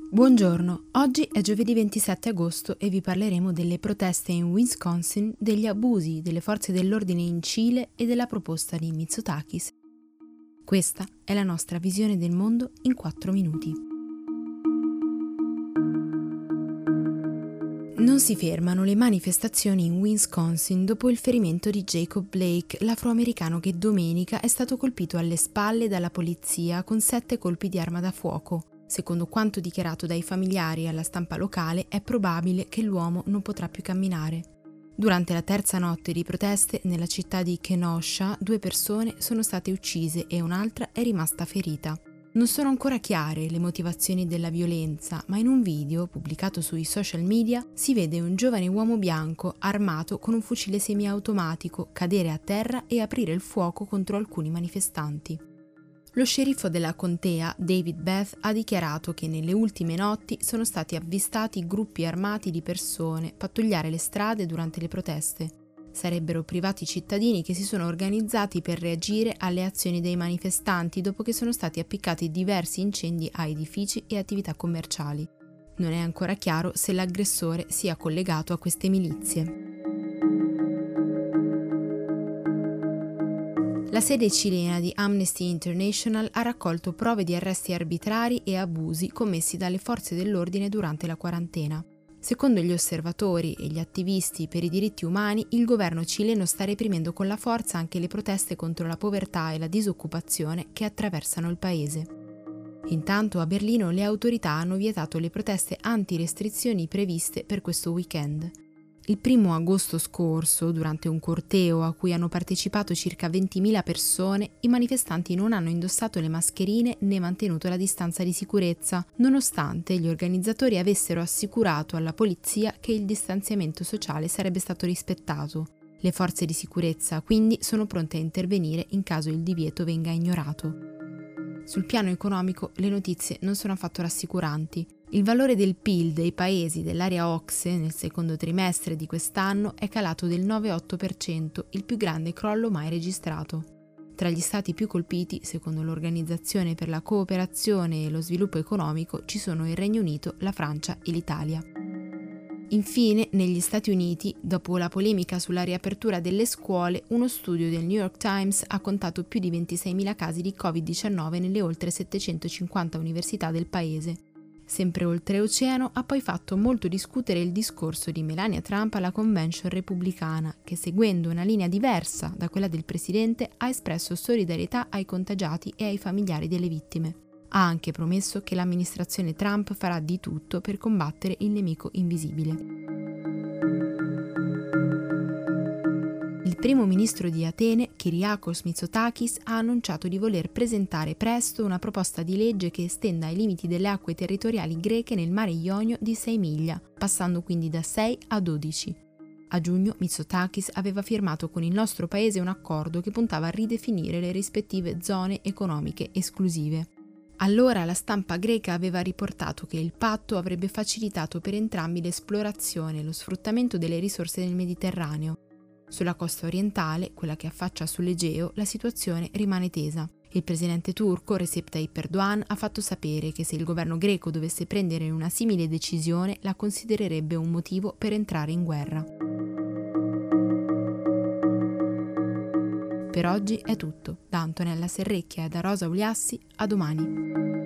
Buongiorno, oggi è giovedì 27 agosto e vi parleremo delle proteste in Wisconsin, degli abusi delle forze dell'ordine in Cile e della proposta di Mitsotakis. Questa è la nostra visione del mondo in 4 minuti. Non si fermano le manifestazioni in Wisconsin dopo il ferimento di Jacob Blake, l'afroamericano che domenica è stato colpito alle spalle dalla polizia con 7 colpi di arma da fuoco. Secondo quanto dichiarato dai familiari alla stampa locale, è probabile che l'uomo non potrà più camminare. Durante la terza notte di proteste nella città di Kenosha, 2 persone sono state uccise e un'altra è rimasta ferita. Non sono ancora chiare le motivazioni della violenza, ma in un video pubblicato sui social media si vede un giovane uomo bianco armato con un fucile semiautomatico cadere a terra e aprire il fuoco contro alcuni manifestanti. Lo sceriffo della contea, David Beth, ha dichiarato che nelle ultime notti sono stati avvistati gruppi armati di persone pattugliare le strade durante le proteste. Sarebbero privati cittadini che si sono organizzati per reagire alle azioni dei manifestanti dopo che sono stati appiccati diversi incendi a edifici e attività commerciali. Non è ancora chiaro se l'aggressore sia collegato a queste milizie. La sede cilena di Amnesty International ha raccolto prove di arresti arbitrari e abusi commessi dalle forze dell'ordine durante la quarantena. Secondo gli osservatori e gli attivisti per i diritti umani, il governo cileno sta reprimendo con la forza anche le proteste contro la povertà e la disoccupazione che attraversano il paese. Intanto a Berlino le autorità hanno vietato le proteste anti-restrizioni previste per questo weekend. Il 1 agosto scorso, durante un corteo a cui hanno partecipato circa 20.000 persone, i manifestanti non hanno indossato le mascherine né mantenuto la distanza di sicurezza, nonostante gli organizzatori avessero assicurato alla polizia che il distanziamento sociale sarebbe stato rispettato. Le forze di sicurezza, quindi, sono pronte a intervenire in caso il divieto venga ignorato. Sul piano economico le notizie non sono affatto rassicuranti. Il valore del PIL dei paesi dell'area OCSE nel secondo trimestre di quest'anno è calato del 9,8%, il più grande crollo mai registrato. Tra gli stati più colpiti, secondo l'Organizzazione per la cooperazione e lo sviluppo economico, ci sono il Regno Unito, la Francia e l'Italia. Infine, negli Stati Uniti, dopo la polemica sulla riapertura delle scuole, uno studio del New York Times ha contato più di 26.000 casi di Covid-19 nelle oltre 750 università del paese. Sempre oltreoceano ha poi fatto molto discutere il discorso di Melania Trump alla convention repubblicana, che seguendo una linea diversa da quella del presidente ha espresso solidarietà ai contagiati e ai familiari delle vittime. Ha anche promesso che l'amministrazione Trump farà di tutto per combattere il nemico invisibile. Il primo ministro di Atene, Kyriakos Mitsotakis, ha annunciato di voler presentare presto una proposta di legge che estenda i limiti delle acque territoriali greche nel mare Ionio di 6 miglia, passando quindi da 6 a 12. A giugno Mitsotakis aveva firmato con il nostro paese un accordo che puntava a ridefinire le rispettive zone economiche esclusive. Allora la stampa greca aveva riportato che il patto avrebbe facilitato per entrambi l'esplorazione e lo sfruttamento delle risorse del Mediterraneo. Sulla costa orientale, quella che affaccia sull'Egeo, la situazione rimane tesa. Il presidente turco Recep Tayyip Erdogan ha fatto sapere che se il governo greco dovesse prendere una simile decisione, la considererebbe un motivo per entrare in guerra. Per oggi è tutto. Da Antonella Serrecchia e da Rosa Uliassi, a domani.